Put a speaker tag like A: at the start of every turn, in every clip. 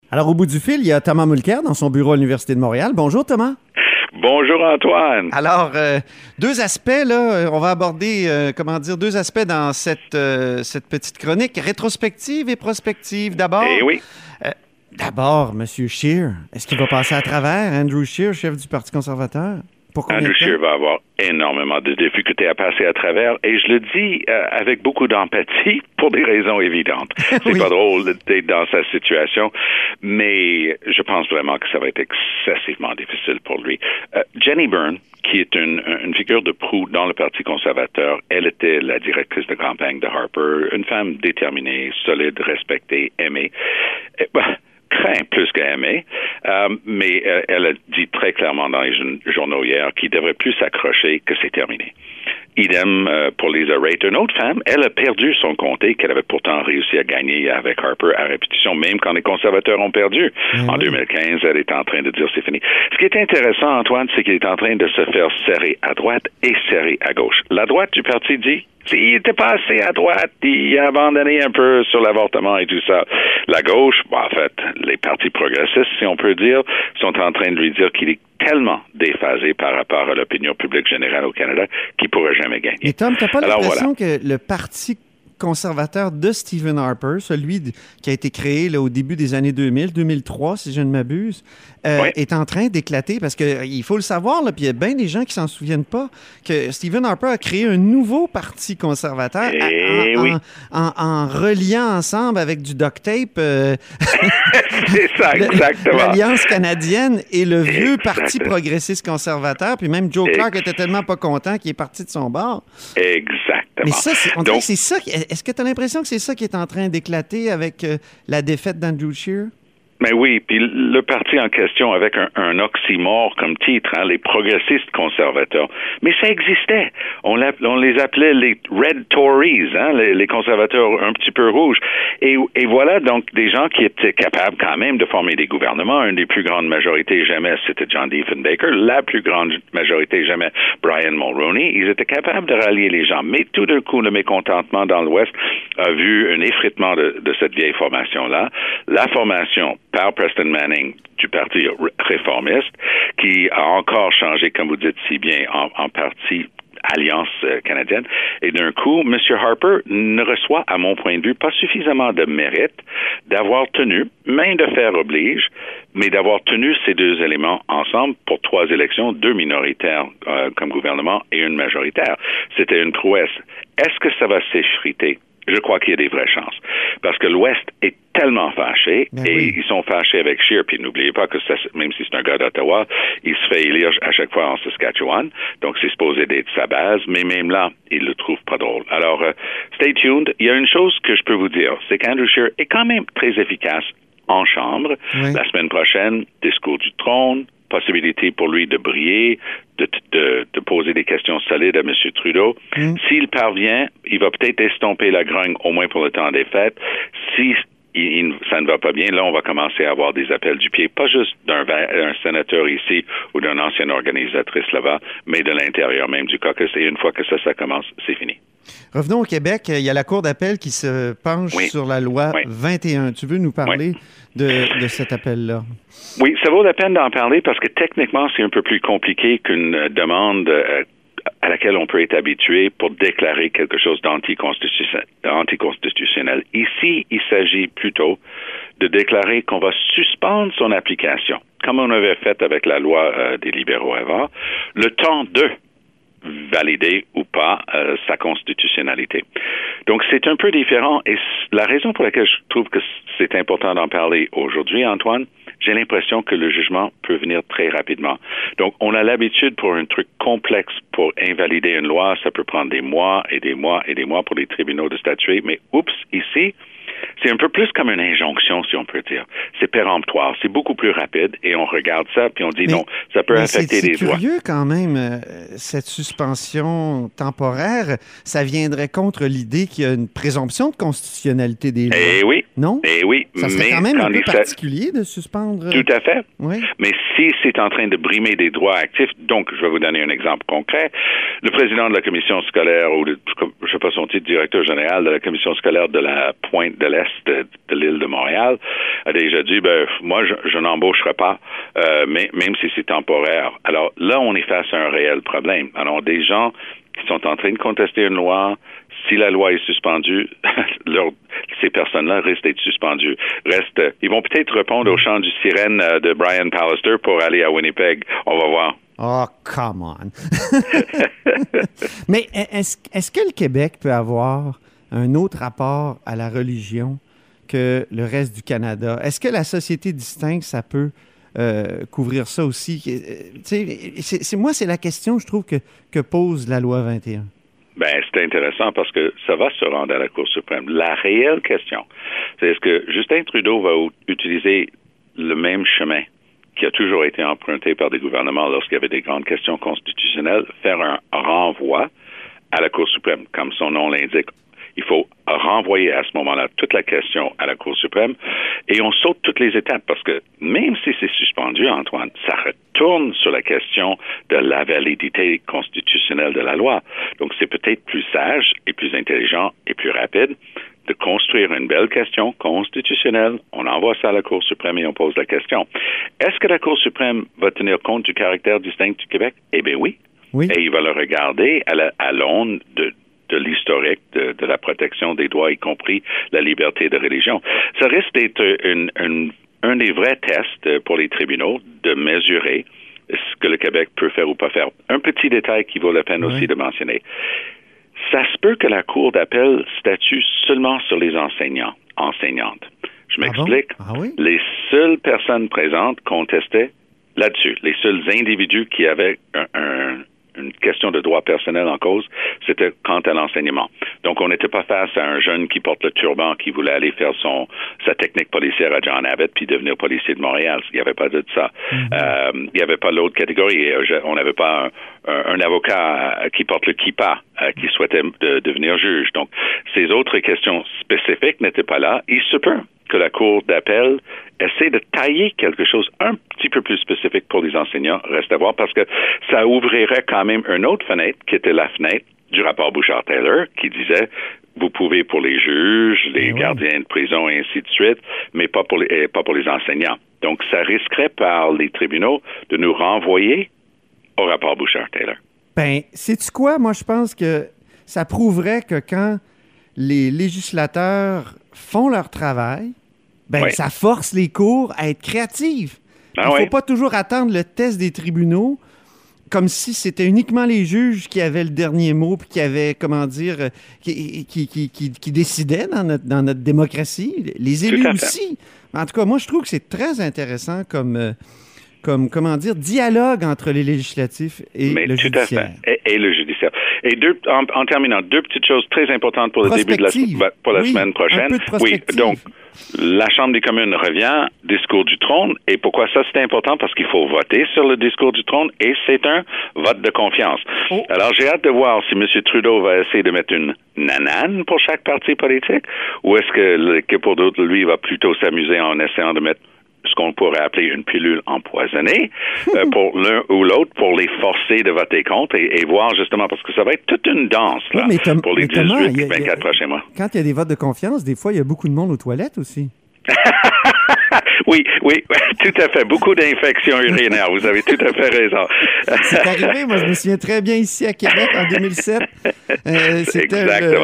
A: Alors, au bout du fil, il y a Thomas Mulcair dans son bureau à l'Université de Montréal. Bonjour, Thomas.
B: Bonjour, Antoine.
A: Alors, deux aspects, là, on va aborder, deux aspects dans cette petite chronique, rétrospective et prospective. D'abord,
B: oui.
A: D'abord, M. Scheer, est-ce qu'il va passer à travers, Andrew Scheer, chef du Parti conservateur?
B: Andrew Scheer va avoir énormément de difficultés à passer à travers, et je le dis avec beaucoup d'empathie pour des raisons évidentes. C'est pas drôle d'être dans sa situation, mais je pense vraiment que ça va être excessivement difficile pour lui. Jenny Byrne, qui est une figure de proue dans le Parti conservateur, elle était la directrice de campagne de Harper, une femme déterminée, solide, respectée, aimée. Craint plus qu'aimé, mais elle a dit très clairement dans les journaux hier qu'il devrait plus s'accrocher que c'est terminé. Idem pour Lisa Raitt, une autre femme, elle a perdu son comté qu'elle avait pourtant réussi à gagner avec Harper à répétition, même quand les conservateurs ont perdu. En 2015, elle est en train de dire c'est fini. Ce qui est intéressant, Antoine, c'est qu'il est en train de se faire serrer à droite et serrer à gauche. La droite du parti dit il était pas assez à droite, il a abandonné un peu sur l'avortement et tout ça. La gauche, en fait, les partis progressistes, si on peut dire, sont en train de lui dire qu'il est tellement déphasé par rapport à l'opinion publique générale au Canada qu'il pourrait jamais gagner.
A: Et Tom, t'as pas l'impression que le Parti conservateur de Stephen Harper, celui qui a été créé là, au début des années 2000, 2003, si je ne m'abuse, est en train d'éclater parce qu'il faut le savoir, puis il y a bien des gens qui s'en souviennent pas, que Stephen Harper a créé un nouveau parti conservateur en reliant ensemble avec du duct tape
B: c'est ça, exactement.
A: l'Alliance canadienne et le vieux Parti progressiste conservateur, puis même Joe Clark était tellement pas content qu'il est parti de son bord.
B: Exactement.
A: Mais ça, on dirait que c'est ça. Est-ce que tu as l'impression que c'est ça qui est en train d'éclater avec la défaite d'Andrew Scheer?
B: Mais oui, puis le parti en question avec un oxymore comme titre, les progressistes conservateurs. Mais ça existait. On les appelait les Red Tories, les conservateurs un petit peu rouges. Et voilà donc des gens qui étaient capables quand même de former des gouvernements. Une des plus grandes majorités jamais, c'était John Diefenbaker. La plus grande majorité jamais, Brian Mulroney. Ils étaient capables de rallier les gens. Mais tout d'un coup, le mécontentement dans l'Ouest a vu un effritement de cette vieille formation-là. La formation par Preston Manning du Parti réformiste, qui a encore changé, comme vous dites si bien, en parti Alliance canadienne. Et d'un coup, M. Harper ne reçoit, à mon point de vue, pas suffisamment de mérite d'avoir tenu, main de fer oblige, mais d'avoir tenu ces deux éléments ensemble pour 3 élections, 2 minoritaires comme gouvernement et une majoritaire. C'était une prouesse. Est-ce que ça va s'effriter? Je crois qu'il y a des vraies chances. Parce que l'Ouest est tellement fâché, ils sont fâchés avec Scheer. Puis n'oubliez pas que même si c'est un gars d'Ottawa, il se fait élire à chaque fois en Saskatchewan. Donc c'est supposé d'être sa base, mais même là, il le trouve pas drôle. Alors, stay tuned. Il y a une chose que je peux vous dire, c'est qu'Andrew Scheer est quand même très efficace en chambre. La semaine prochaine, discours du trône, possibilité pour lui de briller, de poser des questions solides à M. Trudeau. S'il parvient, il va peut-être estomper la grogne, au moins pour le temps des fêtes. Si ça ne va pas bien, là, on va commencer à avoir des appels du pied, pas juste d'un sénateur ici ou d'une ancienne organisatrice là-bas, mais de l'intérieur même du caucus. Et une fois que ça commence, c'est fini.
A: Revenons au Québec. Il y a la Cour d'appel qui se penche sur la loi 21. Tu veux nous parler de cet appel-là? Oui,
B: ça vaut la peine d'en parler parce que techniquement, c'est un peu plus compliqué qu'une demande à laquelle on peut être habitué pour déclarer quelque chose d'anticonstitutionnel. Ici, il s'agit plutôt de déclarer qu'on va suspendre son application, comme on avait fait avec la loi des libéraux avant, le temps de valider ou pas sa constitutionnalité. Donc, c'est un peu différent et la raison pour laquelle je trouve que c'est important d'en parler aujourd'hui, Antoine, j'ai l'impression que le jugement peut venir très rapidement. Donc, on a l'habitude pour un truc complexe pour invalider une loi, ça peut prendre des mois et des mois et des mois pour les tribunaux de statuer, mais ici, c'est un peu plus comme une injonction, si on peut dire. C'est péremptoire, c'est beaucoup plus rapide et on regarde ça puis on dit non, ça peut affecter les droits.
A: C'est curieux quand même, cette suspension temporaire, ça viendrait contre l'idée qu'il y a une présomption de constitutionnalité des lois.
B: Eh oui.
A: Non?
B: Eh oui.
A: Ça serait quand même un peu particulier de suspendre.
B: Tout à fait.
A: Oui.
B: Mais si c'est en train de brimer des droits actifs, donc je vais vous donner un exemple concret. Le président de la commission scolaire, ou je ne sais pas son titre, directeur général de la commission scolaire de la Pointe, de de l'Est de l'île de Montréal, a déjà dit, moi, je n'embaucherai pas, mais même si c'est temporaire. Alors là, on est face à un réel problème. Alors, des gens qui sont en train de contester une loi, si la loi est suspendue, ces personnes-là risquent d'être suspendues. Ils vont peut-être répondre au chant du sirène de Brian Pallister pour aller à Winnipeg. On va voir.
A: Oh, come on! Mais est-ce que le Québec peut avoir un autre rapport à la religion que le reste du Canada? Est-ce que la société distincte, ça peut couvrir ça aussi? Moi, c'est la question, je trouve, que pose la loi 21.
B: C'est intéressant parce que ça va se rendre à la Cour suprême. La réelle question, c'est est-ce que Justin Trudeau va utiliser le même chemin qui a toujours été emprunté par des gouvernements lorsqu'il y avait des grandes questions constitutionnelles, faire un renvoi à la Cour suprême. Comme son nom l'indique, il faut renvoyer à ce moment-là toute la question à la Cour suprême et on saute toutes les étapes parce que même si c'est suspendu, Antoine, ça retourne sur la question de la validité constitutionnelle de la loi. Donc, c'est peut-être plus sage et plus intelligent et plus rapide de construire une belle question constitutionnelle. On envoie ça à la Cour suprême et on pose la question. Est-ce que la Cour suprême va tenir compte du caractère distinct du Québec? Eh bien oui. Et il va le regarder à l'aune de l'historique de la protection des droits, y compris la liberté de religion. Ça risque d'être un des vrais tests pour les tribunaux de mesurer ce que le Québec peut faire ou pas faire. Un petit détail qui vaut la peine aussi de mentionner. Ça se peut que la Cour d'appel statue seulement sur les enseignantes. Je m'explique. Les seules personnes présentes contestaient là-dessus. Les seuls individus qui avaient une question de droit personnel en cause, c'était quant à l'enseignement. Donc, on n'était pas face à un jeune qui porte le turban, qui voulait aller faire sa technique policière à John Abbott puis devenir policier de Montréal. Il n'y avait pas de ça. Il n'y avait pas l'autre catégorie. On n'avait pas un avocat qui porte le kippa qui souhaitait devenir juge. Donc, ces autres questions spécifiques n'étaient pas là. Il se peut que la Cour d'appel essaie de tailler quelque chose un petit peu plus spécifique pour les enseignants, reste à voir, parce que ça ouvrirait quand même une autre fenêtre, qui était la fenêtre du rapport Bouchard-Taylor, qui disait, vous pouvez pour les juges, les gardiens de prison et ainsi de suite, mais pas pour les enseignants. Donc, ça risquerait par les tribunaux de nous renvoyer au rapport Bouchard-Taylor.
A: Sais-tu quoi? Moi, je pense que ça prouverait que quand les législateurs font leur travail, ça force les cours à être créatifs. Il ne faut pas toujours attendre le test des tribunaux comme si c'était uniquement les juges qui avaient le dernier mot puis qui avaient, qui décidaient dans notre démocratie. Les élus aussi. En tout cas, moi, je trouve que c'est très intéressant comme dialogue entre les législatifs et le judiciaire.
B: Tout à fait. Et le judiciaire. Et en terminant, deux petites choses très importantes pour le début de la semaine prochaine. Oui, donc, la Chambre des communes revient, discours du trône. Et pourquoi ça, c'est important? Parce qu'il faut voter sur le discours du trône et c'est un vote de confiance. Alors, j'ai hâte de voir si M. Trudeau va essayer de mettre une nanane pour chaque parti politique ou est-ce que pour d'autres, lui, va plutôt s'amuser en essayant de mettre ce qu'on pourrait appeler une pilule empoisonnée pour l'un ou l'autre, pour les forcer de voter contre et voir justement, parce que ça va être toute une danse là, pour les 18-24 prochains mois.
A: Quand il y a des votes de confiance, des fois, il y a beaucoup de monde aux toilettes aussi.
B: Oui, tout à fait. Beaucoup d'infections urinaires. Vous avez tout à fait raison.
A: C'est arrivé. Moi, je me souviens très bien ici à Québec en 2007. C'était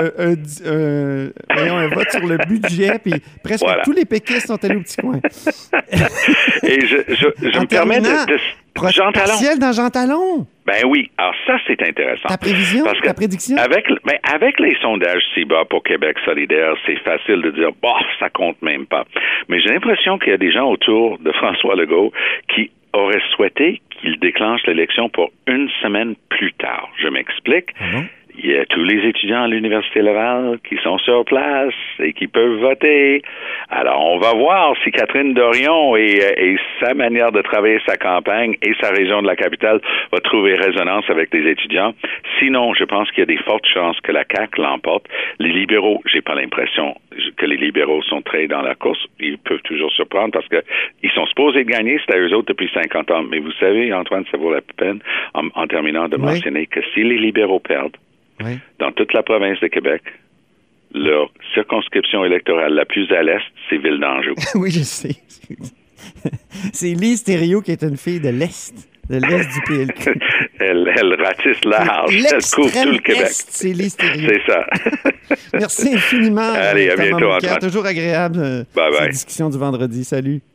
A: un vote sur le budget, puis presque tous les péquistes sont allés au petit coin.
B: Et je me permets de
A: Jean Talon. Partiel dans Jean Talon.
B: Ben oui. Alors ça, c'est intéressant.
A: Ta prévision, ta prédiction?
B: Avec les sondages si bas pour Québec solidaire, c'est facile de dire, ça compte même pas. Mais j'ai l'impression qu'il y a des gens autour de François Legault qui auraient souhaité qu'il déclenche l'élection pour une semaine plus tard. Je m'explique. Il y a tous les étudiants à l'Université Laval qui sont sur place et qui peuvent voter. Alors, on va voir si Catherine Dorion et sa manière de travailler sa campagne et sa région de la capitale va trouver résonance avec les étudiants. Sinon, je pense qu'il y a des fortes chances que la CAQ l'emporte. Les libéraux, j'ai pas l'impression que les libéraux sont très dans la course. Ils peuvent toujours se prendre parce que ils sont supposés de gagner. C'est à eux autres depuis 50 ans. Mais vous savez, Antoine, ça vaut la peine, en terminant, de mentionner que si les libéraux perdent, dans toute la province de Québec, leur circonscription électorale la plus à l'est, c'est Ville d'Anjou.
A: Oui, je sais. C'est Lise Thériault qui est une fille de l'Est du PLQ.
B: Elle ratisse large, elle couvre tout le Québec.
A: C'est Lise Thériault.
B: C'est ça.
A: Merci infiniment.
B: Allez, à bientôt, Antoine.
A: Toujours agréable, cette discussion du vendredi. Salut.